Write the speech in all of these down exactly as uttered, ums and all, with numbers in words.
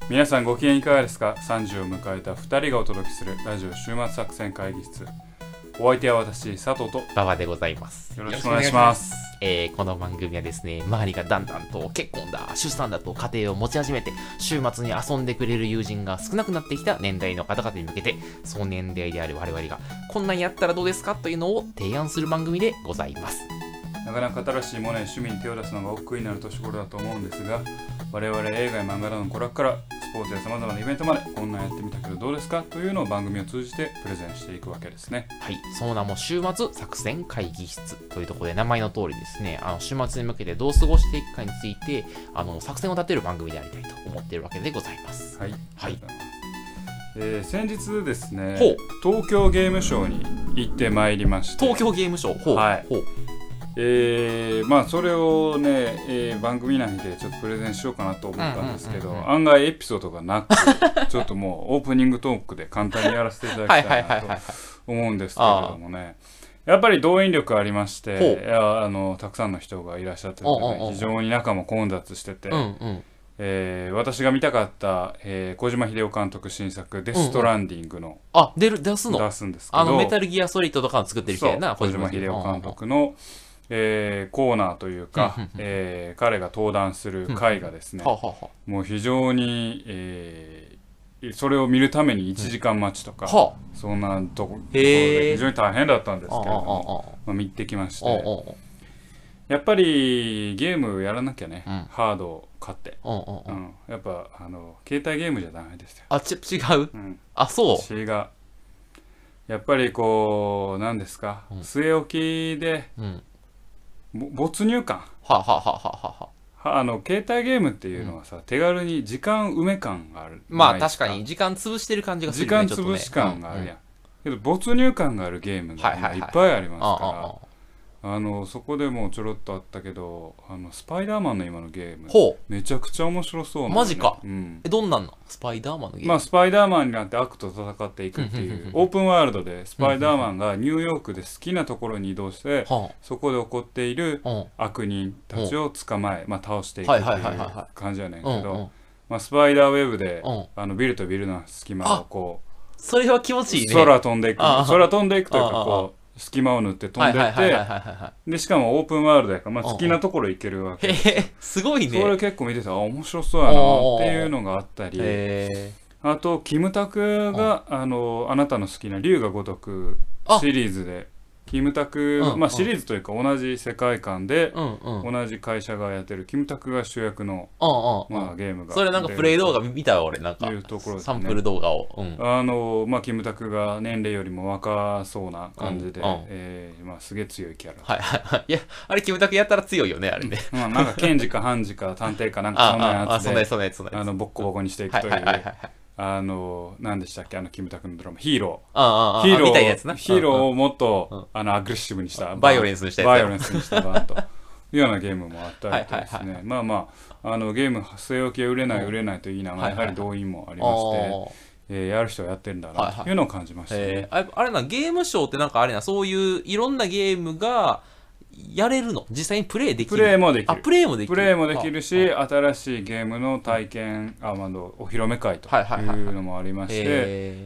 皆さんご機嫌いかがですか？さんじを迎えたふたりがお届けするラジオ週末作戦会議室。お相手は私、佐藤と馬場でございます。 よろしくお願いします。 えー、この番組はですね、周りがだんだんと結婚だ、出産だと家庭を持ち始めて、週末に遊んでくれる友人が少なくなってきた年代の方々に向けて、その年代である我々が、こんなんやったらどうですかというのを提案する番組でございます。 なかなか新しいものや趣味に手を出すのが億劫になる年頃だと思うんですが、我々映画や漫画などの娯楽からスポーツやさまざまなイベントまでこんなんやってみたけどどうですかというのを番組を通じてプレゼンしていくわけですね。 はい、その名も週末作戦会議室というところで、名前の通りですね、あの週末に向けてどう過ごしていくかについてあの作戦を立てる番組でありたいと思っているわけでございます。 はい、 はい。 えー、先日ですね、東京ゲームショウに行ってまいりました。 東京ゲームショウ、ほう、 はい、 ほう。 えー、まあそれをね、えー、番組内でちょっとプレゼンしようかなと思ったんですけど、案外エピソードがなくちょっともうオープニングトークで簡単にやらせていただきたいなと思うんですけれどもね、やっぱり動員力ありまして、いやあのたくさんの人がいらっしゃってて、ね、非常に中も混雑してて、うんうん、えー、私が見たかった、えー、小島秀夫監督新作デストランディングの、うんうん、 あ出る出すの出すんですけど、 あのメタルギアソリッドとかを作ってる人やな、 小島秀夫監督のえー、コーナーというか、えー、彼が登壇する回がですね、もう非常に、えー、それを見るためにいちじかん待ちとか、うん、そんなところで非常に大変だったんですけれども、まあ、見てきまして、やっぱりゲームやらなきゃね、うん、ハードを買って、うん、やっぱあの携帯ゲームじゃダメですよ。 あ、ち違う、うん、あ、そう。 違う。やっぱりこう何ですか、うん、据え置きで、うん没入感はははははあの携帯ゲームっていうのはさ、うん、手軽に時間埋め感がある。 まあ確かに時間潰してる感じがするよね。時間潰し感があるやん、うんうん、けど没入感があるゲームがいっぱいありますから、あのそこでもちょろっとあったけど、あのスパイダーマンの今のゲームめちゃくちゃ面白そうな、ね、 マジか、 うん、 えどんなんのスパイダーマンのゲーム、 まあ、スパイダーマンになって悪と戦っていくっていうオープンワールドで、スパイダーマンがニューヨークで好きなところに移動して、そこで起こっている悪人たちを捕まえ、まあ、倒していくっていう感じやねんけど、まあ、スパイダーウェブであのビルとビルの隙間をこう、 それは気持ちいいね。 空飛んでいく空飛んでいくというか、こう隙間を縫って飛んでって、でしかもオープンワールドやから、まあ、好きなところ行けるわけです。 へすごいね。 それ結構見てたら面白そうやなっていうのがあったり、あとキムタクがあのあなたの好きな龍が如くシリーズで、キムタク、まあシリーズというか同じ世界観で同じ会社がやってるキムタクが主役のまあゲームが、 それなんかプレイ動画見たよ俺、なんかサンプル動画を、 あのまあキムタクが年齢よりも若そうな感じで、えまあすげえ強いキャラ。 はいはい。いやあれキムタクやったら強いよね、あれね。 まあなんか検事か判事か探偵かなんかそんなやつで、あのボッコボコにしていくという。あの何でしたっけ、あのキムタクのドラマヒーロー、ヒーローヒーローをもっとあのアグレッシブにしたバイオレンスにしたバイオレンスにしたバンというようなゲームもあったりとですね、まあまああのゲーム据え置きは売れない売れないと言いながらやはり動員もありまして、えやる人はやってるんだなというのを感じましたね。 あれな、ゲームショーってなんかあれな、そういういろんなゲームがやれるの？実際にプレイできる？ プレイもできる。 あ、プレイもできる。 プレイもできるし、新しいゲームの体験、あ、まあ、お披露目会というのもありまして、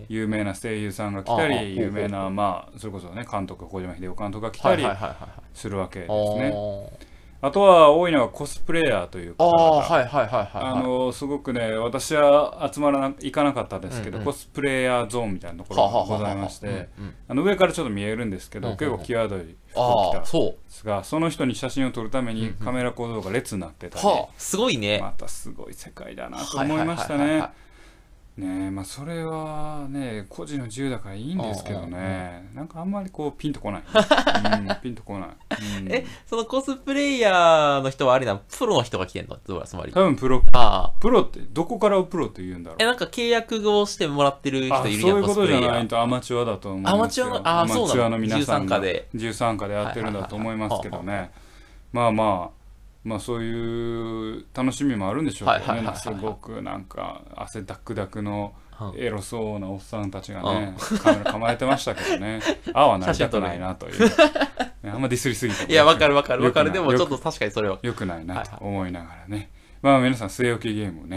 有名な声優さんが来たり、有名な、まあ、それこそね、監督、小島秀夫監督が来たりするわけですね。あとは多いのはコスプレイヤーというか、あのすごくね、私は集まらな行かなかったんですけど、うんうん、コスプレイヤーゾーンみたいなところがございまして、あの上からちょっと見えるんですけど、うんうん、結構際どい服を着たんですが、その人に写真を撮るためにカメラ構造が列になってたり、 はあ、すごいね。 またすごい世界だなと思いましたね。ねえ、まあそれはね個人の自由だからいいんですけどね、なんかあんまりこうピンとこない、うん、ピンとこない、 うん、え、そのコスプレイヤーの人はあれな、プロの人が来てんの？どうや、つまり多分プロ。あ、プロってどこからプロって言うんだろう。 え、なんか契約をしてもらってる人いるやん。 あ、そういうことじゃないとアマチュアだと思うんですよ。 アマチュア、あ、そうなの。アマチュアの皆さんが自由参加でやってるんだと思いますけどね。まあまあまあそういう楽しみもあるんでしょうけどね。すごくなんか汗ダクダクのエロそうなおっさんたちがね、うん、カメラ構えてましたけどね。ああはなりたくないなという。あんまディスりすぎて。 いや、わかるわかるわかる。でもちょっと確かにそれはよくないなと思いながらね。まあ皆さん据え置きゲームをね、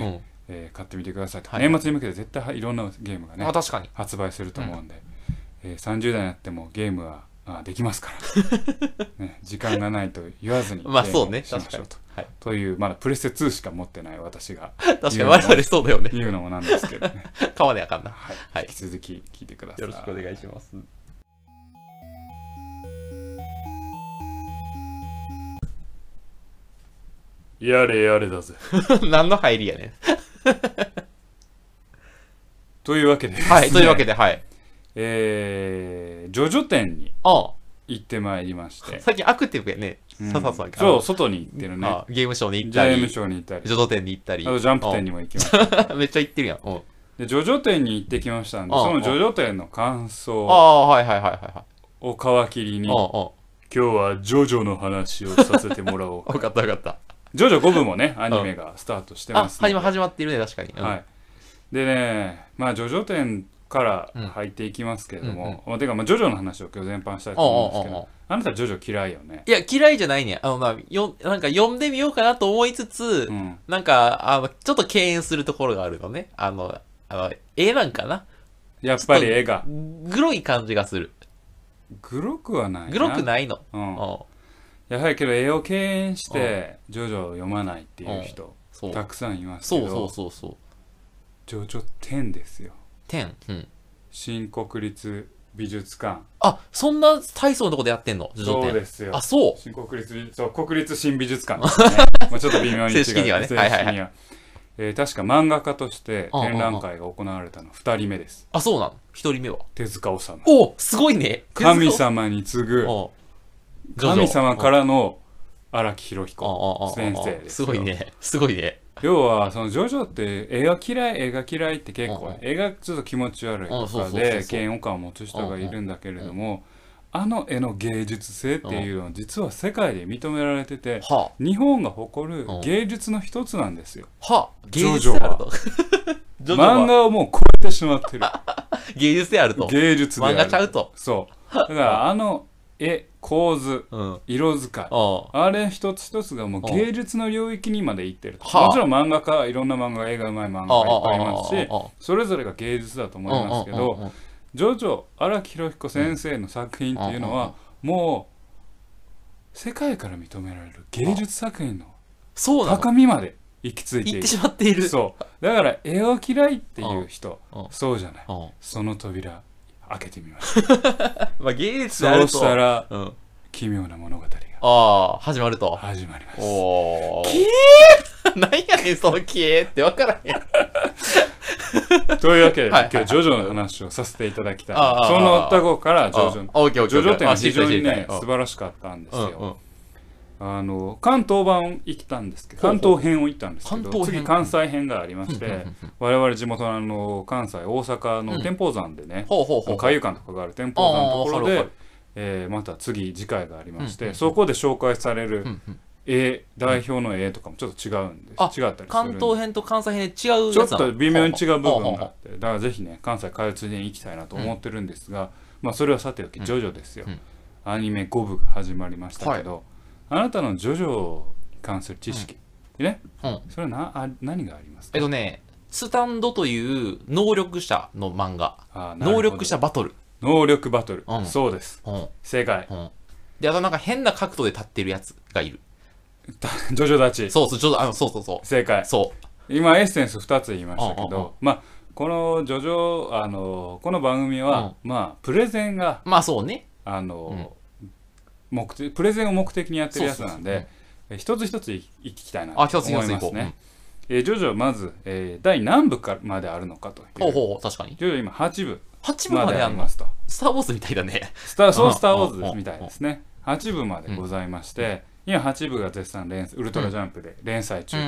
えー、買ってみてくださいと、 はい、 年末に向けて絶対いろんなゲームがね、 あ、確かに発売すると思うんで、うん、えー、さんじゅう代になってもゲームはあできますから、ね、時間がないと言わずにゲームをしましょうと、はい、というまだプレステツーしか持ってない私が確かに我々そうだよね言うのもなんですけどね買わねあかんな、 はいはい、引き続き聞いてください。 よろしくお願いします。 やれやれだぜ何の入りやねんというわけでですね、 はい、というわけで、はい、 えー、ジョジョ店に行ってまいりまして、 最近アクティブやね、 うん、そうそう外に行ってるね、あゲームショーに行ったり、 ゲームショーに行ったり、 ジョジョ店に行ったり、 あとジャンプ店にも行きましためっちゃ行ってるやん。 でジョジョ店に行ってきましたんで、そのジョジョ店の感想を皮切りに、今日はジョジョの話をさせてもらおうか。 分かった分かった。 ジョジョご部もね、アニメがスタートしてますので、 あ、始まってるね、確かに。 はい。でね、まあジョジョ店から入っていきますけれども、うんうん、てかまあジョジョの話を今日全般したいと思うんですけど、あなたジョジョ嫌いよね。 いや嫌いじゃないね。あのまあよなんか読んでみようかなと思いつつ、うん、なんかあのちょっと敬遠するところがあるのね。あのあの絵なんかな。 やっぱり絵がグロい感じがする。 グロくはないな。 グロくないの。 うん。やはりけど絵を敬遠してジョジョを読まないっていう人たくさんいますけど、 そうそうそうそう。 ジョジョ展ですよ。 展。うん。新国立美術館。 あ、そんな大層のとこでやってんの？ そうですよ。 あ、そう。 新国立、そう国立新美術館ですね。まあちょっと微妙に違う。 正式にはね。 正式には。えー、確か漫画家として展覧会が行われたのふたりめです。 あ、そうなの？ひとりめは手塚治虫。 お、すごいね。 神様に次ぐ神様からの荒木宏彦先生です。 すごいね。すごいね。 要はそのジョジョって映画嫌い映画嫌いって結構映画ちょっと気持ち悪いとかで嫌悪感を持つ人がいるんだけれども、あの絵の芸術性っていうのは実は世界で認められてて、日本が誇る芸術の一つなんですよ。 はあ、 ジョジョは漫画をもう超えてしまってる。 芸術であると。 芸術である。 漫画ちゃうと。 そう。だからあの絵構図、うん、色使い、あれ一つ一つがもう芸術の領域にまでいってる。もちろん漫画家いろんな漫画絵がうまい漫画がいっぱいいますし、それぞれが芸術だと思いますけど、ジョジョ荒木宏彦先生の作品っていうのはもう世界から認められる芸術作品の高みまで行き着いている。 行ってしまっている。 そうだから絵を嫌いっていう人、そうじゃない、その扉開けてみましょう。 まあ芸術であるとそうしたら、うん、奇妙な物語がああ始まると始まります。 おーキー何やねんそのキーって分からへん。 というわけで、はいはいはい、今日ジョジョの話をさせていただきたい。そのとこからジョジョジョジョ展は非常にね素晴らしかったんですよ。うんうん、あの関東版行ったんですけど、関東編を行ったんですけど、次関西編がありまして、我々地元のあの関西大阪の天保山でね、海遊館とかがある天保山のところで、えー、また次次回がありまして、そこで紹介される絵代表の絵とかもちょっと違うんです。違ったりする。 関東編と関西編で違うやつちょっと微妙に違う部分があって、だからぜひね関西開通に行きたいなと思ってるんですが、まあそれはさておきジョジョですよ。アニメご部が始まりましたけど。あなたのジョジョに関する知識、うん、ね、うん、それはなあ何がありますか？ えっとね、スタンドという能力者の漫画、能力者バトル。 能力バトル、うん、そうです。うん、正解、うん。 で、あとなんか変な角度で立ってるやつがいる。 ジョジョ立ち。 そうそう、ジョジョ、あの、そうそうそう。 正解。 そう。 今エッセンスふたつ言いましたけど、うんうんうん、まあこのジョジョあのこの番組は、うん、まあプレゼンがまあそうね。 あの。うん目的プレゼンを目的にやってるやつなんで、一つ一ついきたいなと思いますね。えー、ジョジョまず、えー、第何部かまであるのかという。 ほうほう確かに。 ジョジョ今はちぶはちぶまでありますと。スター・ウォーズみたいだね。 スターそうスター・ウォーズみたいですね。はちぶまでございまして、うん、今はちぶが絶賛連ウルトラジャンプで連載中、うん、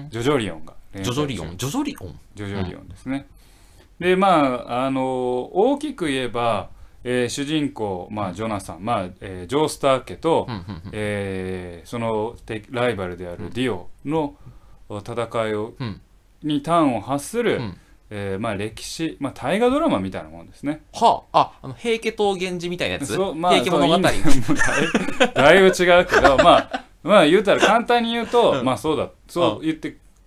ジョジョリオンが連載中。 ジョジョリオンジョジョリオンジョジョリオンですね。うん、でまああのー、大きく言えば。えー、主人公、まあ、ジョナサン、まあえー、ジョースター家と、えー、そのライバルであるディオの戦いを、うん、に端を発する、うんえーまあ、歴史、まあ、大河ドラマみたいなもんですね。 はあ、あ、あの平家と源氏みたいなやつ、 まあ、 平家物語だいぶ違うけど、まあ、まあ言うたら簡単に言うと、うん、まあそうだそう言って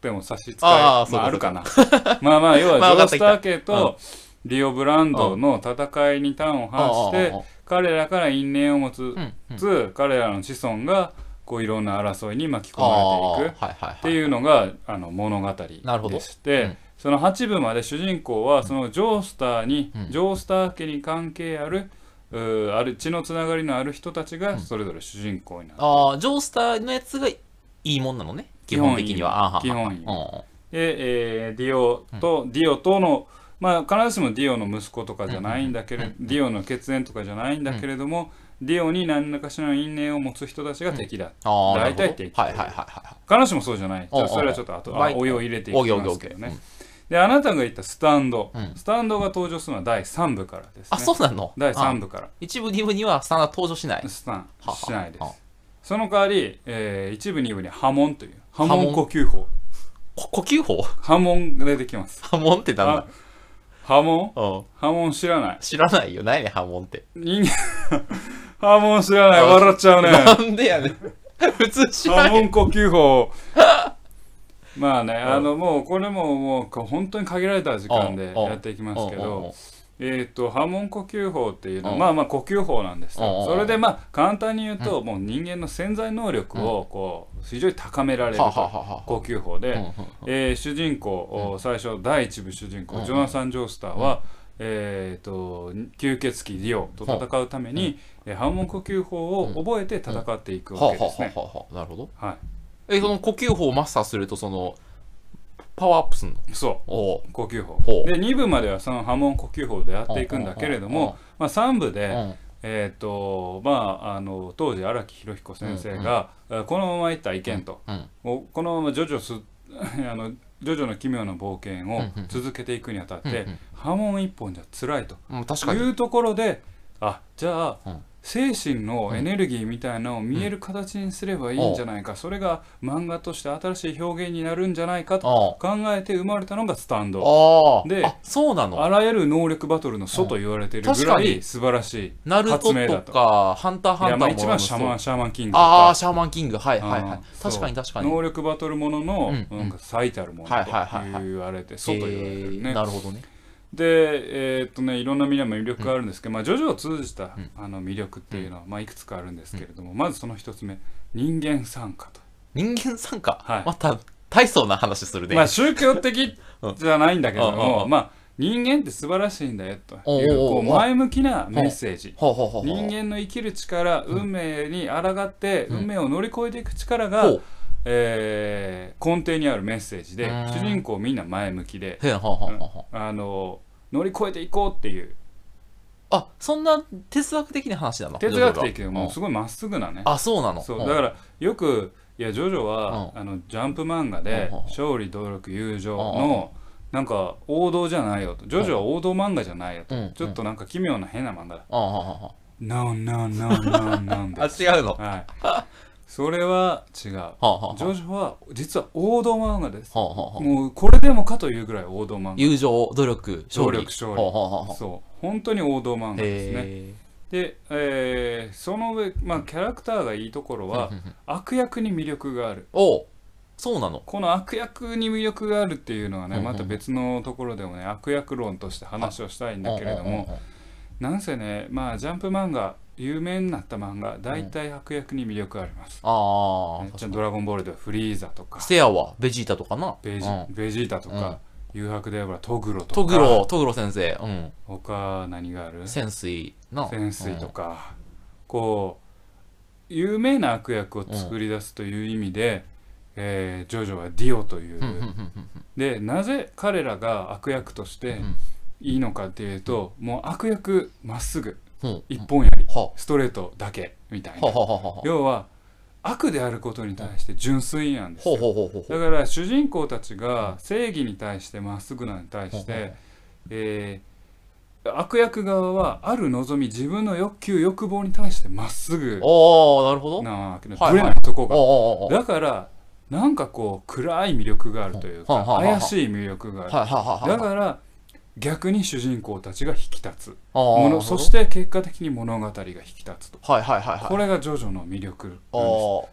ても差し支えあ,、まあ、あるかなまあまあ要はジョースター家とディオブランドの戦いに端を発して彼らから因縁を持つ、うんうん、彼らの子孫がこういろんな争いに巻き込まれていくっていうのがあの物語でして、うん、そのはちぶまで主人公はそのジョースターに、うん、ジョースター家に関係あるある血のつながりのある人たちがそれぞれ主人公になる、 うん、ああジョースターのやつがいいもんなのね基本的には基本いいで、えー、ディオと、うん、ディオとのまあ必ずしもディオの息子とかじゃないんだけれど、うん、ディオの血縁とかじゃないんだけれども、うん、ディオに何らかしらの因縁を持つ人たちが敵だ、うん、大体敵、はいはいはいはい、必ずしもそうじゃない、それはちょっとあとお湯を入れていきますけどね。であなたが言ったスタンド、うん、スタンドが登場するのはだいさんぶからですね。 あ、そうなの？ だいさんぶから。 いちぶにぶにはスタンドは登場しない。 スタンしないです。ははその代わり、えー、いちぶにぶに波紋という波紋呼吸法。 呼吸法？ 波紋が出てきます。 波紋って何だ？ 波紋？波紋知らない。 知らないよ。何やねん波紋って。 人間波紋知らない。笑っちゃうね。 なんでやねん。普通知らない。 波紋呼吸法。まあね、あのもうこれももう本当に限られた時間でやっていきますけど、えっと波紋呼吸法っていうのはまあまあ呼吸法なんですよ。それでまあ簡単に言うともう人間の潜在能力をこう非常に高められると呼吸法で、え主人公最初だいいちぶ主人公ジョナサン・ジョースターはえっと吸血鬼ディオと戦うために波紋呼吸法を覚えて戦っていくわけですね。 なるほど。 はい。 えその呼吸法をマスターするとそのパワーアップするの？ そう呼吸法でにぶまではその波紋呼吸法でやっていくんだけれども、まあ、さんぶで、うん、えっ、ー、とまああの当時荒木博彦先生が、うんうん、このままいったらいけんと、うんうん、このままジョジョすあのジョジョの奇妙な冒険を続けていくにあたって、うんうん、波紋一本じゃ辛いと、うん、確かにいうところであじゃあ、うん精神のエネルギーみたいなのを見える形にすればいいんじゃないか、うん、それが漫画として新しい表現になるんじゃないかと考えて生まれたのがスタンドで、 あそうなのあらゆる能力バトルの祖と言われているぐらい素晴らしい発明だと。 ナルトとかハンターハンターも一番シャマンシャーマンキングとかああシャーマンキングはいはいはい確かに確かに能力バトルもののなんか最たるものと言われて祖と言われてるね。 なるほどね。 でえーっとね、いろんな魅力があるんですけど、うんまあ、ジョジョを通じた、うん、あの魅力っていうのは、まあ、いくつかあるんですけれども、うん、まずその一つ目人間参加と人間参加、はい、また大層な話するね、 まあ、宗教的じゃないんだけども、まあ、人間って素晴らしいんだよというこう前向きなメッセージ人間の生きる力運命に抗って運命を乗り越えていく力が、うんえー、根底にあるメッセージで主人公みんな前向きで、うん、あの乗り越えていこうっていうあそんな哲学的な話なの哲学的でもすごいまっすぐなねあそうなのそうだからよくいやジョジョは、うん、あのジャンプ漫画で勝利努力友情のなんか王道じゃないよとジョジョは王道漫画じゃないよと、うん、ちょっとなんか奇妙な変な漫画だ No no no no no あ違うのはいそれは違う、はあはあ、ジョジョは実は王道漫画です、はあはあ、もうこれでもかというぐらい王道漫画友情努力勝利努力勝利、はあはあ、そう本当に王道漫画ですねで、えー、その上、まあ、キャラクターがいいところは悪役に魅力があるおそうなのこの悪役に魅力があるっていうのはねまた別のところでもね悪役論として話をしたいんだけれどもなんせねまあジャンプ漫画有名になった漫画大体悪役に魅力があります、うん、ああ、ね、ドラゴンボールではフリーザとかセアはベジータとかなベジ、うん、ベジータとか、うん、誘白ではトグロとかトグロトグロ先生、うん、 他何がある潜水な潜水とか、うん、こう有名な悪役を作り出すという意味で、うんえー、ジョジョはディオという、うん、でなぜ彼らが悪役としていいのかっていうと、うん、もう悪役まっすぐ一本やり、うん、ストレートだけみたいな、は要は悪であることに対して純粋なんですよ。だから主人公たちが正義に対してまっすぐなのに対して、えー、悪役側はある望み自分の欲求欲望に対してまっすぐなわけでぶれないとこがだからなんかこう暗い魅力があるというか怪しい魅力があるだから逆に主人公たちが引き立つもの、そして結果的に物語が引き立つと、 はいはいはいはい、 これがジョジョの魅力なんです。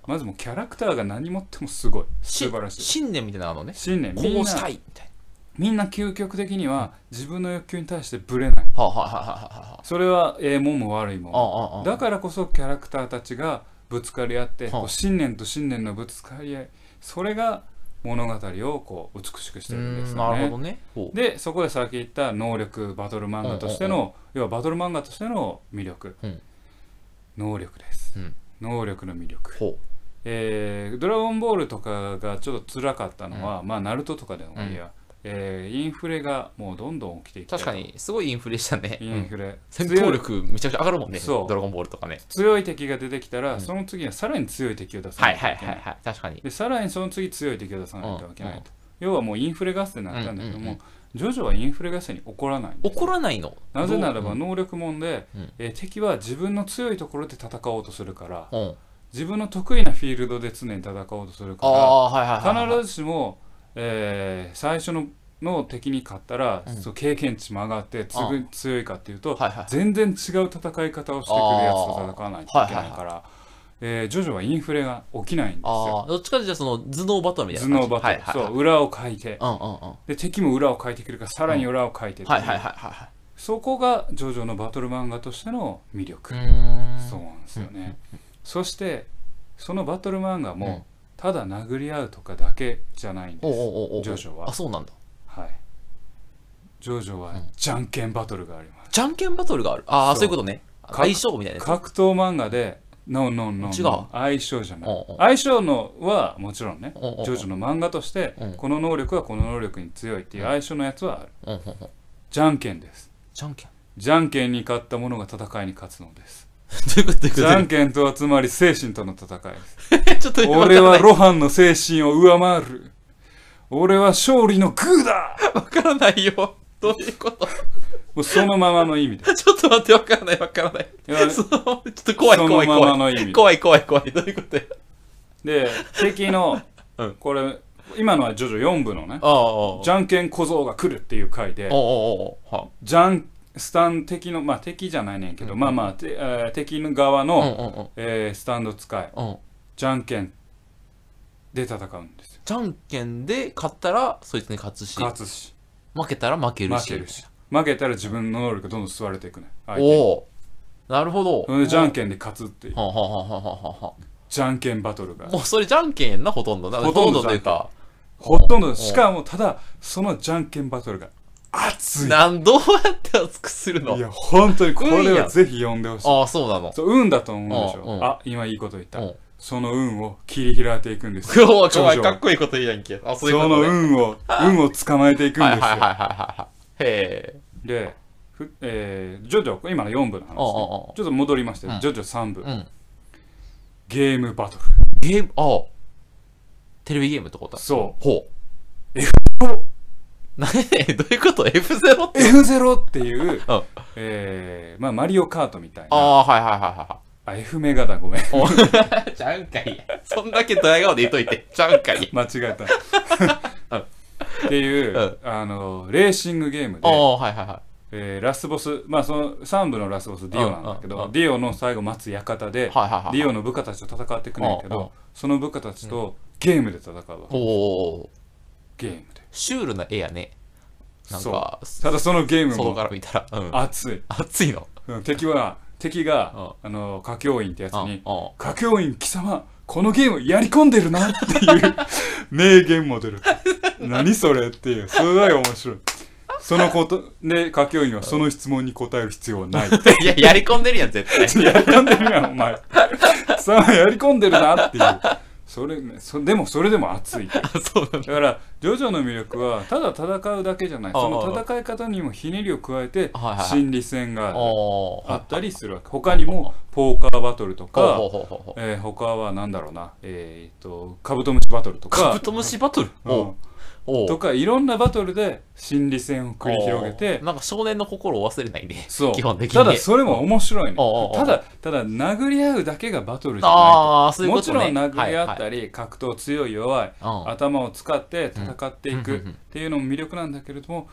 まずもうキャラクターが何持ってもすごい素晴らしい。 信念みたいなのね。 信念、 こうしたいみたいな。 みんな究極的には自分の欲求に対してブレない。 はあはあはあはあ、 それはええもんも悪いもんも。だからこそキャラクターたちがぶつかり合って、こう信念と信念のぶつかり合い、それが物語をこう美しくしてるんですよね。 なるほどね。 でそこでさっき言った能力バトル漫画としての、要はバトル漫画としての魅力、うん、能力です、うん、能力の魅力。えー、ドラゴンボールとかがちょっと辛かったのは、うん、まあナルトとかでもいいや、うん、えー、インフレがもうどんどん起きていって、 確かにすごいインフレしたね。 インフレ、うん、 戦闘力めちゃくちゃ上がるもんね。ドラゴンボールとかね。 強い敵が出てきたら、うん、その次はさらに強い敵を出さないといけない。はいはいはいはい、確かに。でさらにその次強い敵を出さないといけないと、うん、要はもうインフレ合戦になったんだけども、うんうんうん、ジョジョはインフレ合戦に起こらないんです。 起こらないの？ なぜならば能力もんで、うん、えー、敵は自分の強いところで戦おうとするから、うん、自分の得意なフィールドで常に戦おうとするから、はいはいはいはい、必ずしも、えー、最初のの敵に勝ったら、うん、そう経験値も上がって次強いかっていうと、はいはい、全然違う戦い方をしてくるやつと戦わないといけないから、はいはいはい、えー、ジョジョはインフレが起きないんですよ。 どっちかというとその頭脳バトルみたいな感じ。 頭脳バトル、はいはいはい、そう裏をかいて、うんうんうん、で敵も裏をかいてくるからさらに裏をかいて、うん、はいはいはいはい、そこがジョジョのバトル漫画としての魅力。うーん、そうなんですよね、うん、そしてそのバトル漫画もただ殴り合うとかだけじゃないんです、うん、ジョジョは。 あ、そうなんだ。 はい、ジョジョはじゃんけんバトルがあります。 じゃんけんバトルがある。ああ、そういうことね。相性みたいな。 格闘漫画でノンノンノン、違う、相性じゃない。相性のはもちろんね、ジョジョの漫画としてこの能力はこの能力に強いっていう相性のやつはある。じゃんけんです。 じゃんけん。 じゃんけんに勝った者が戦いに勝つのです。 どういうこと？ じゃんけんとはつまり精神との戦いです。ちょっと俺はロハンの精神を上回る。俺は勝利のグーだ。 わからないよ。どういうこと？ もうそのままの意味で。 ちょっと待って、わからないわからない。そのちょっと怖い怖い怖い。そのままの意味。怖い怖い怖い。どういうことや。 で、敵の、うん、これ、今のはジョジョよん部のね、じゃんけん小僧が来るっていう回で、じゃん、スタン敵の、まあ敵じゃないねんけど、うん、まあまあ、てえー、敵の側の、うんうんうん、えー、スタンド使い、うん、じゃんけんで戦うんですよ。 じゃんけんで勝ったらそいつに勝つし、 勝つし、 負けたら負けるし、 負けるし、負けたら自分の能力がどんどん吸われていくね。 おお、なるほど。 それでじゃんけんで勝つっていう。ははははは。じゃんけんバトルが。 もうそれじゃんけんやんな、ほとんどな。ほとんどというか。 ほとんど。しかもただそのじゃんけんバトルが熱い。 なんどうやって熱くするの？ いや本当にこれはぜひ読んでほしい。 ああ、そうなの。 そう、運だと思うでしょ。あ、今いいこと言った。その運を切り開いていくんですよ。 怖い怖い、かっこいいこと言うやんけ。 あ、そういうことね。その運を運を捕まえていくんですよ。はいはいはいはい。 へえ。 で、ふえー、ジョジョ今のよん部の話、ね、ちょっと戻りまして、うん、ジョジョさん部、うん、ゲームバトル。 ゲーム、ああ、テレビゲームってことだ。 そう。 ほう。エフゼロ。 何？どういうこと？ エフゼロ ってエフゼロ っていう、うん、えー、まあマリオカートみたいな。 ああ、はいはいはいはい。 あ、F メガだ、ごめん。 ちゃうんかい。そんだけドヤ顔で言っといて。ちゃうんかい。 間違えた。っていう、うん、あのレーシングゲームで、 はいはいはい、 えー、ラスボス、まあそのさん部のラスボスディオなんだけど、ディオの最後待つ館で、はいはいはい、ディオの部下たちと戦っていくんだけど、その部下たちとゲームで戦うわけです。おゲームでシュールな絵やね。なんかただそのゲームも外から見たら、うん、 熱い熱いの。 敵は敵があの歌教員ってやつに「歌教員貴様このゲームやり込んでるな」っていう名言も出る。何それっていう、すごい面白い。そのことで歌教員はその質問に答える必要はないって。 いや、やり込んでるやん絶対。 やり込んでるやんお前。さあやり込んでるなっていう。それそでもそれでも熱い。 そうなんだ。 だからジョジョの魅力はただ戦うだけじゃない。その戦い方にもひねりを加えて心理戦があったりするわけ。他にもポーカーバトルとか、えー、他はなんだろうな、えー、とカブトムシバトルとか。 カブトムシバトル、うんとかいろんなバトルで心理戦を繰り広げて、 なんか少年の心を忘れないね。 そう基本的に。 ただそれも面白いね。ただただ殴り合うだけがバトルじゃない。 あそういうことね。 もちろん殴り合ったり、はいはい、格闘強い弱い頭を使って戦っていくっていうのも魅力なんだけれども、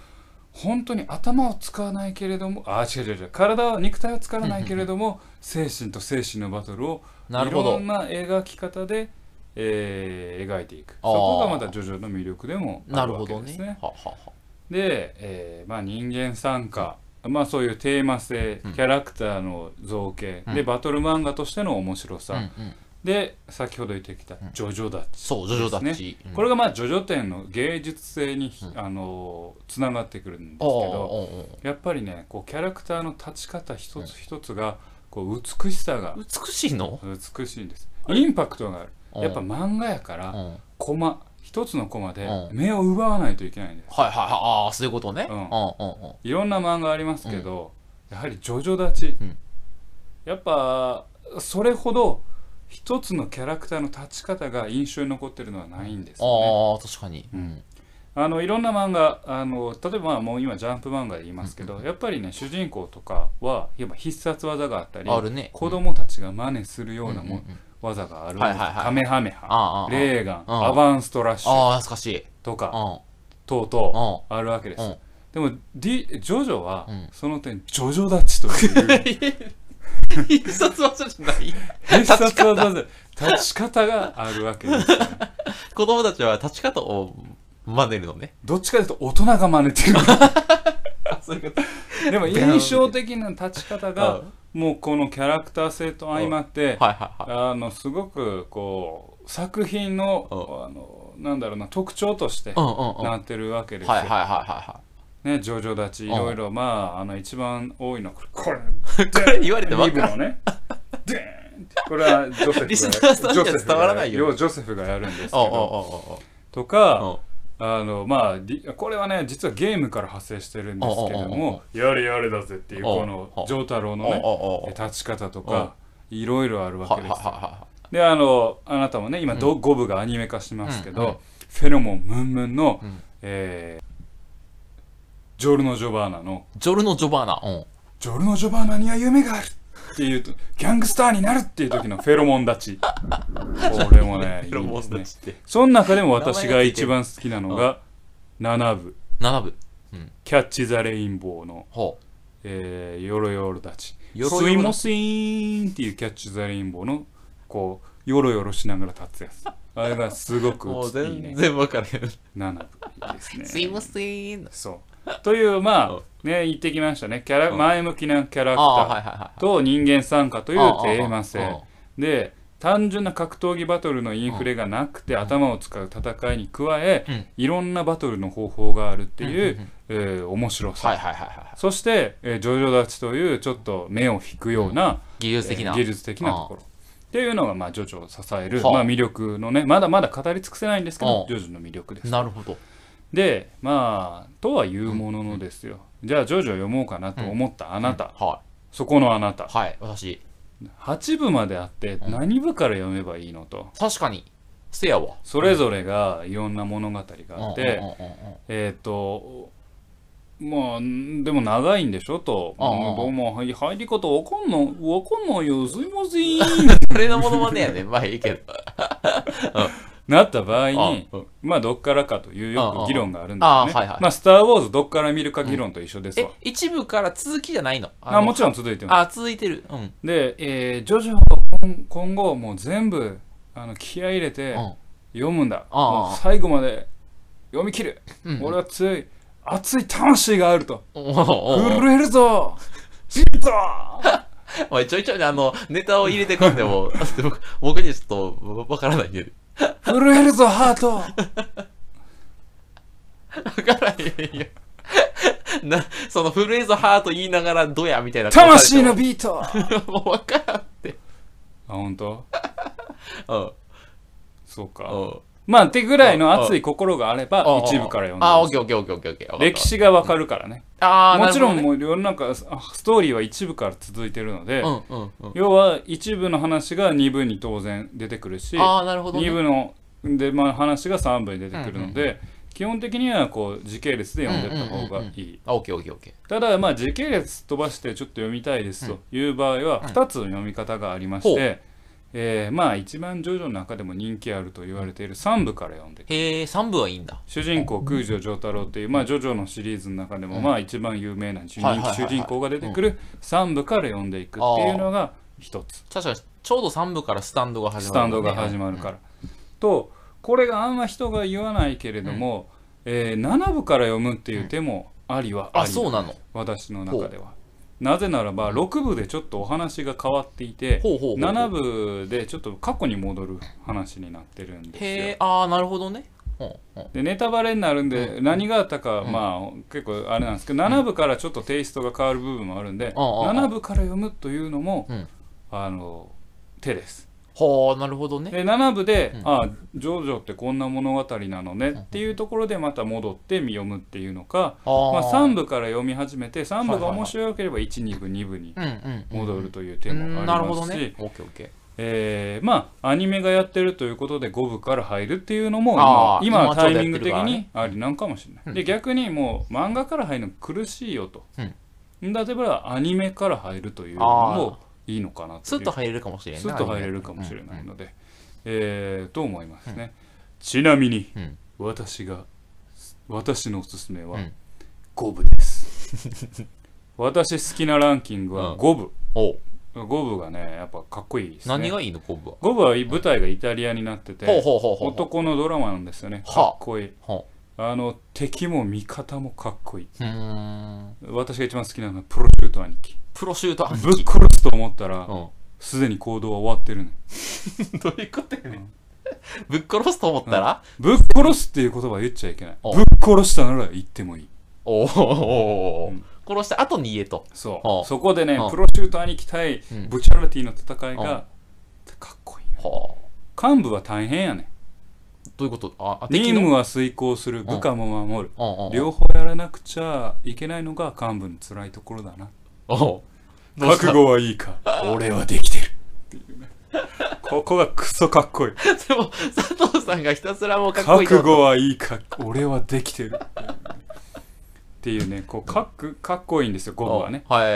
本当に頭を使わないけれども、あ違う違う違う、体は肉体は使わないけれども精神と精神のバトルをいろんな描き方で、えー、描いていく。そこがまたジョジョの魅力でもあるわけですね。 なるほどね。ははは。 で、えーまあ、人間参加、まあ、そういうテーマ性、キャラクターの造形、うん、でバトル漫画としての面白さ、うんうん、で先ほど言ってきたジョジョダッチ、 そうジョジョダッチ、 うん、これがまあジョジョ展の芸術性に、うん、あのつながってくるんですけど、やっぱりねこうキャラクターの立ち方一つ一つがこう美しさが美しいの美しいんです。インパクトがある。やっぱ漫画やからコマ一つのコマで目を奪わないといけないんです。 はいはいはい、ああそういうことね。うん、 いろんな漫画ありますけど、うん、やはりジョジョ立ち、うん、やっぱそれほど一つのキャラクターの立ち方が印象に残ってるのはないんですよね。 ああ確かに、 うん、あのいろんな漫画、あの例えばまあもう今ジャンプ漫画で言いますけど、うんうん、やっぱりね主人公とかはやっぱ必殺技があったりある、ね、 子供たちが真似するようなも、うんうんうん、技があるんです。カメハメハ、レーガン、アバンストラッシュとかとうとうあるわけです。でも、D、ジョジョはその点ジョジョ立ちという必殺技じゃない必殺技で立ち方があるわけです、ね、 子供たちは立ち方を真似るのね。 どっちかというと大人が真似てるそういうことでも印象的な立ち方がもうこのキャラクター性と相まって、あのすごくこう作品の、あのなんだろうな特徴としてなってるわけですよ。ね、ジョジョ立ちいろいろ、まああの一番多いのはこれこれ言われて分かるのね。これはジョセフがリスナーさんには伝わらないよ。 ジョセフがやるんですけどとか。あのまあ、これはね実はゲームから派生してるんですけども、やれやれだぜっていうこの丈太郎のね立ち方とかいろいろあるわけです。であのあなたもね今ご部がアニメ化しますけど、フェロモンムンムンの、えー、ジョルノ・ジョバーナのジョルノ・ジョバーナ、 ジョルノ・ジョバーナには夢があるっていうとギャングスターになるっていう時のフェロモン立ち、これもねいいですね。その中でも私が一番好きなのがなな部なな部、 うん、キャッチ・ザ・レインボーの、えー、ヨロヨロ立ち、スイモスイーンっていうキャッチ・ザ・レインボーのこうヨロヨロしながら立つやつ、あれがすごくいいね。 全然分かるなな部いいですね。 スイモスイーンそうというまあね言ってきましたね。キャラ前向きなキャラクターと人間参加というテーマ性で、単純な格闘技バトルのインフレがなくて頭を使う戦いに加え、いろんなバトルの方法があるっていうえー面白さ、そしてえージョジョ立ちというちょっと目を引くような技術的な技術的なところっていうのがまあジョジョを支えるまあ魅力のね、まだまだ語り尽くせないんですけどジョジョの魅力です。 なるほど。 でまあとはいうもののですよ、うん、じゃあジョジョ読もうかなと思ったあなた、うんうんはい、そこのあなた、 はい、私はち部まであって何部から読めばいいのと、 確かにせやわ。 それぞれがいろんな物語があって、えっとまあでも長いんでしょと、どうも入り方わかんないわかんないよすいませんそれのものまねやねんまあいいけどなった場合に、まあどっからかというよく議論があるんですよね。まあスター・ウォーズどっから見るか議論と一緒ですわ。 え、一部から続きじゃないの？ あ、もちろん続いてます。 あ、続いてる。うん、 で、えー、ジョジョ今後もう全部あの気合い入れて読むんだ。もう最後まで読み切る。俺は強い熱い魂があると。震えるぞ。ビット。 おいちょいちょいねあのネタを入れてこんでも僕にちょっとわからないんで震えるぞハートわからへんよなその震えぞハート言いながらドヤみたいな魂のビートもうわからんってあ本当うんそうかまあってぐらいの熱い心があれば一部から読んであ、オッケーオッケーオッケーオッケーオッケー。 歴史がわかるからね。 あもちろんもう世の中ストーリーは一部から続いてるので、 うんうんうん、 要は一部の話が二部に当然出てくるし、 あなるほどね、 二部ので、まあ、話が三部に出てくるので、うんうん、基本的にはこう時系列で読んでった方がいい。 オッケーオッケーオッケー。 ただまあ時系列飛ばしてちょっと読みたいですという場合はふたつの読み方がありまして、 えー、まあ一番ジョジョの中でも人気あると言われているさん部から読んでへえ、さん部はいいんだ。 主人公空城城太郎っていう、まあ、ジョジョのシリーズの中でも、まあ一番有名な人気主人公が出てくるさん部から読んでいくっていうのが一つ。 確かにちょうどさん部からスタンドが始まる、ね、 スタンドが始まるから、うん、とこれがあんま人が言わないけれども、うん、えー、なな部から読むっていう手もありはあり、うん、あ、そうなの。私の中ではなぜならばろく部でちょっとお話が変わっていて、なな部でちょっと過去に戻る話になってるんですよ。 へー、あー、なるほどね。 でネタバレになるんで、うん、何があったか、うん、まあ結構あれなんですけど、なな部からちょっとテイストが変わる部分もあるんで、うん、なな部から読むというのも、うん、あの手です。 はあ、なるほどね。 でなな部で、うん、ああジョジョってこんな物語なのねっていうところでまた戻って読むっていうのか、うん、まあ、さん部から読み始めてさん部が面白ければいち、に部に部に戻るという手もありますし、なるほどね。オッケーオッケー。えー、まあアニメがやってるということでご部から入るっていうのも今、今タイミング的にありなんかもしれない、うん、で逆にもう漫画から入るの苦しいよと、うん、だってばアニメから入るというのもいいのかなという、 スッと入れるかもしれない、 スッと入れるかもしれないので、うん、えー、と思いますね、うん、ちなみに、うん、私が私のおすすめはご部です、うん、私好きなランキングはご部、うん、おご部がねやっぱかっこいいですね。 何がいいのご部は。 ご部は舞台がイタリアになってて、男のドラマなんですよね。かっこいい。あの敵も味方もかっこいい。私が一番好きなのはプロシュート兄貴。 プロシュート兄貴。 ぶっ殺すと思ったらすで、うん、に行動は終わってるね。 どういうことやねん、うん、ぶっ殺すと思ったら、 うん、ぶっ殺すっていう言葉は言っちゃいけない。ぶっ殺したなら言ってもいい。おお、うん、 殺した後に言えと。 そうそこでね、プロシュート兄貴対ブチャラティの戦いがかっこいいよ。幹部は大変やね。 どういうこと。あ、 任務は遂行する、部下も守る、両方やらなくちゃいけないのが幹部の辛いところだな。覚悟はいいか、俺はできてるっていうね。ここがクソかっこいい。 でも佐藤さんがひたすらもうかっこいい。 覚悟はいいか、俺はできてるっていうね、こうかっこかっこいいんですよ、ご部はね。はい。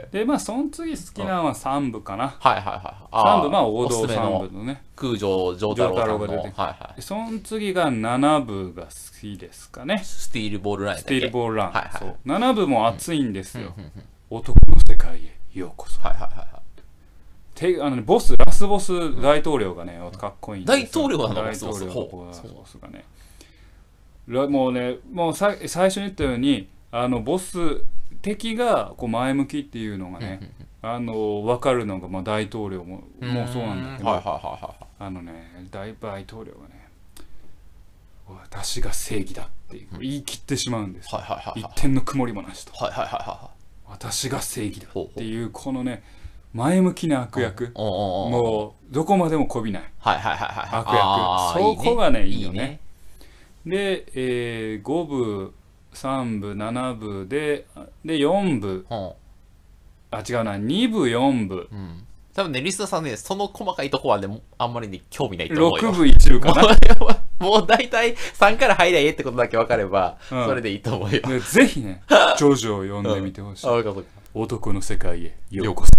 で、まあ、その次好きなのはさん部かな。はいはいはい。さん部、まあ、王道さん部のね。 空城城太郎さんの。 が出てくる。はいはい。その次がなな部が好きですかね。 スティールボールラン。 スティールボールラン。はいはい。そう。なな部も熱いんですよ。男の世界へようこそ。はいはいはい。てあのね、ボス、ラスボス大統領がね、かっこいいんですよ。 大統領なの？ 大統領のラスボスがね。もうね、もうさ最初に言ったように、あのボス敵がこう前向きっていうのがね、あの分かるのがまあ大統領ももうそうなんだけど、あのね大統領がね、私が正義だっていう言い切ってしまうんです。一点の曇りもなしと、私が正義だっていうこのね前向きな悪役、もうどこまでもこびない悪役、そこがねいいよね。で、えー、ご部さん部なな部ででよん部、うん、あ違うなに部よん部、うん、 多分ねリスナーさんねその細かいとこはねあんまりね興味ないと思うよ。 ろく部いち部かな。 もう大体さんから入りゃええってことだけ分かれば、うん、それでいいと思うよ。 ぜひねジョジョを読んでみてほしい、うん、男の世界へようこそ。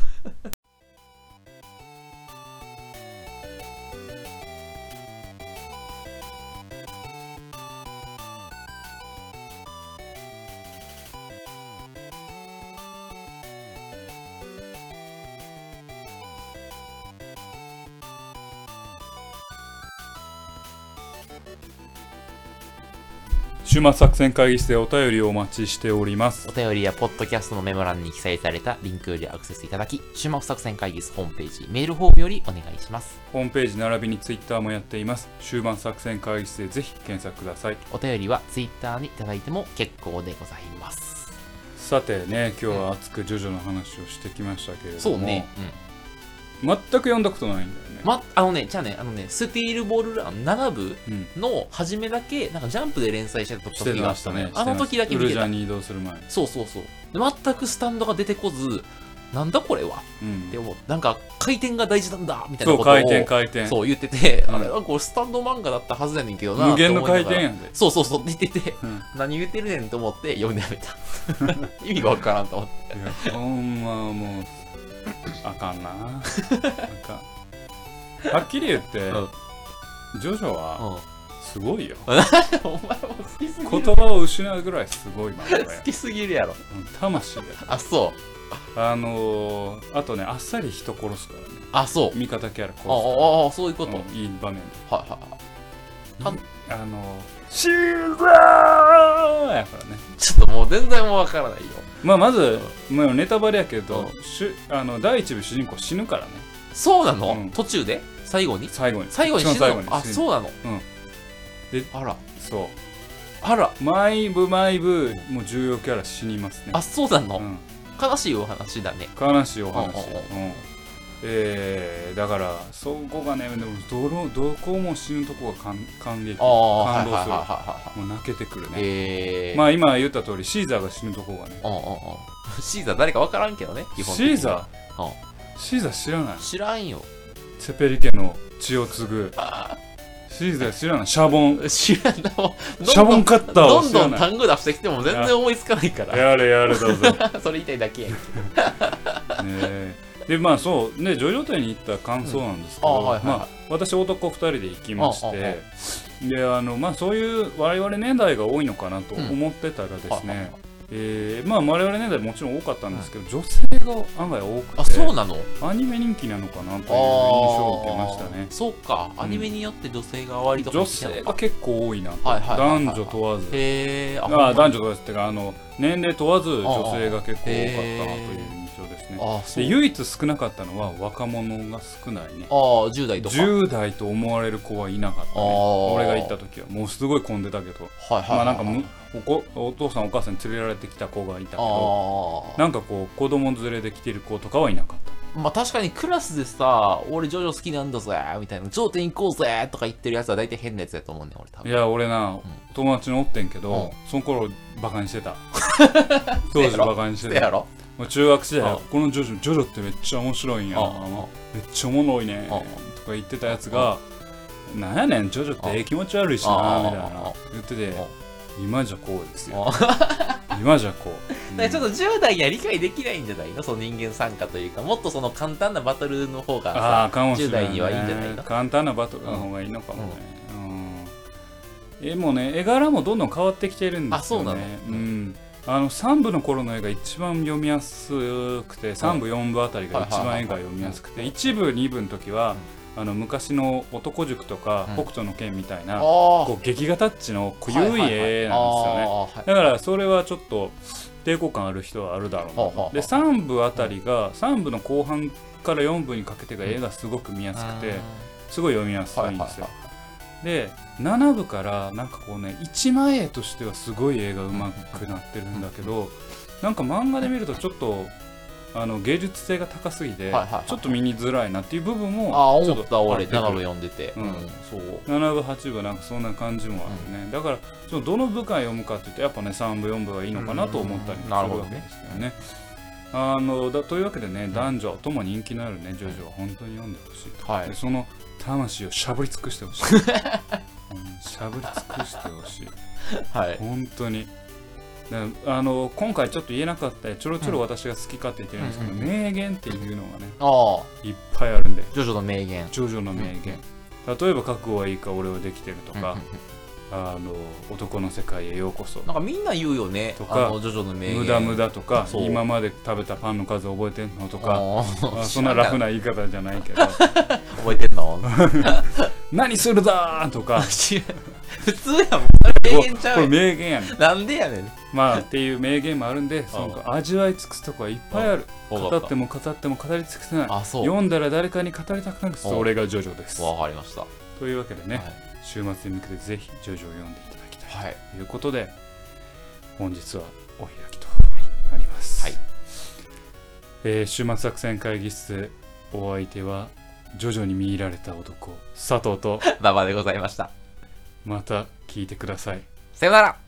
週末作戦会議室でお便りをお待ちしております。 お便りやポッドキャストのメモ欄に記載されたリンクよりアクセスいただき、週末作戦会議室ホームページ、メールフォームよりお願いします。 ホームページ並びにツイッターもやっています。週末作戦会議室でぜひ検索ください。 お便りはツイッターにいただいても結構でございます。 さてね、今日は熱くジョジョの話をしてきましたけれども、 そうね、 うん、全く読んだことないんだよね。 ま、あのね、じゃあね、あのね、スティールボールランなな部の初めだけ、なんかジャンプで連載してた時があったね。あの時だけ見てた。 ウルジャに移動する前。 そうそうそう。全くスタンドが出てこず、なんだこれは、うん、でもなんか回転が大事なんだみたいなことをそう回転回転そう言ってて、うん、あれはこうスタンド漫画だったはずやねんけどな、 無限の回転やんで、 そうそうそう言ってて、うん、何言ってるねんと思って読んでやめた。意味がわからんと思って。 いやほんまもうあかんな。あかん。 はっきり言って、 うん、 ジョジョはすごいよ。 お前も好きすぎる。 言葉を失うぐらいすごい漫画や。 好きすぎるやろ。 うん、魂や。 あ、そう。 あのー、あとね、あっさり人殺すからね。 あ、そう。 味方キャラ殺す。 ああ、そういうこと。 うん、いい場面で。 はいはいはい。 あのー、シーザーやからね。 ちょっともう全然もうわからないよ。 まあまず、まあ、ネタバレやけど、しゅあの第一部主人公死ぬからね。 そうなの、うん、途中で最後に最後に最後に死ぬの。あ、そうなの。 うんで、 あら、 そう。 あら、 毎部毎部もう重要キャラ死にますね。 あ、そうなの、 うん、 悲しいお話だね。 悲しいお話。うん、えー、だからそこがね、でもどのどこも死ぬとこが感感激、感動する。もう泣けてくるね。えー、まあ今言った通りシーザーが死ぬとこがね。 あああシーザー誰か分からんけどね。 基本的にシーザー、シーザー知らない。 知らんよ。 セペリ家の血を継ぐ。シーザー知らない。シャボン。 知らない。 シャボンカッターを知らない。どんどん単語出してきても全然思いつかないから。 やれやれどうぞ。 それ言いたいだけやんけ。 ねでまあそうね、ジョジョ展に行った感想なんですけど、まあ私男ふたりで行きまして、であのまあそういう我々年代が多いのかなと思ってたらですね、えー、まあ我々年代もちろん多かったんですけど、うん、女性が案外多くて、 あ、そうなの？ アニメ人気なのかなという印象を受けましたね。 そうか、アニメによって女性が割と女性が結構多いなと、男女問わず。 へー、 あ、男女問わずっていうか、あの年齢問わず女性が結構多かったなという印象ですね。で唯一少なかったのは若者が少ないね。 ああ、じゅう代とか。 じゅう代と思われる子はいなかったね。俺が行った時はもうすごい混んでたけど、まあなんかむお, こお父さんお母さんに連れられてきた子がいたけど、なんかこう子供連れで来てる子とかはいなかった。 まあ確かにクラスでさ、俺ジョジョ好きなんだぜみたいな、頂点行こうぜとか言ってるやつは大体変なやつだと思うねん俺多分。 いや俺な、うん、友達のおってんけど、うん、その頃バカにしてた。当時バカにしてた。 やろ。 もう中学生や、このジョジョジョジョってめっちゃ面白いんや、めっちゃおもろいねとか言ってたやつが、なんやねんジョジョってええ気持ち悪いしなみたいな言ってて、今じゃこうですよ。今じゃこう。 だからちょっとじゅう代には理解できないんじゃないの、その人間参加というか、もっとその簡単なバトルの方がさ、 あ、 じゅう代にはいいんじゃないの。 簡単なバトルの方がいいのかもね。うん、絵もね、絵柄もどんどん変わってきてるんですよね。あ、そうなの。うん。あのさん部の頃の絵が一番読みやすくて、さん部よん部あたりが一番絵が読みやすくて、いち部に部の時はあの昔の男塾とか北斗の拳みたいな、うん、こう劇画タッチの濃ゆい絵なんですよね。だからそれはちょっと抵抗感ある人はあるだろうな。でさん部あたりがさん部の後半からよん部にかけてが絵がすごく見やすくて、すごい読みやすいんですよ。でなな部からなんかこうね、一枚絵としてはすごい絵が上手くなってるんだけど、なんか漫画で見るとちょっとあの芸術性が高すぎてちょっと見にづらいなっていう部分もちょっとあった。 俺なな部読んでて、うん、 そうなな部はち部なんかそんな感じもあるね。だからちょっとどの部から読むかっていうとやっぱねさん部よん部がいいのかなと思ったりするわけですけどね。あのだというわけでね、男女とも人気のあるねジョジョは本当に読んでほしいと、はい、でその魂をしゃぶり尽くしてほしい、うん、しゃぶり尽くしてほしい、はい、本当に。あの今回ちょっと言えなかったちょろちょろ私が好きかって言ってるんですけど、うん、名言っていうのがね、あいっぱいあるんで。 ジョジョの名言。 ジョジョの名言、うん、例えば覚悟はいいか俺はできてるとか、うん、あの男の世界へようこそなんかみんな言うよねとか、あのジョジョの名言無駄無駄とか、今まで食べたパンの数覚えてんのとか、あそんなラフな言い方じゃないけど覚えてんの何するだーとか普通やもん。名言ちゃうやん。 これ名言やねん。 なんでやねん。 まあっていう名言もあるんで、その味わい尽くすとこはいっぱいある。語っても語っても語り尽くせない。読んだら誰かに語りたくなる。それがジョジョです。 わかりました。 というわけでね、はい、週末に向けてぜひジョジョを読んでいただきたい、はい、ということで本日はお開きとなります。はい、えー、週末作戦会議室、お相手はジョジョに見入られた男佐藤と馬場でございました。 また聞いてください。 さよなら。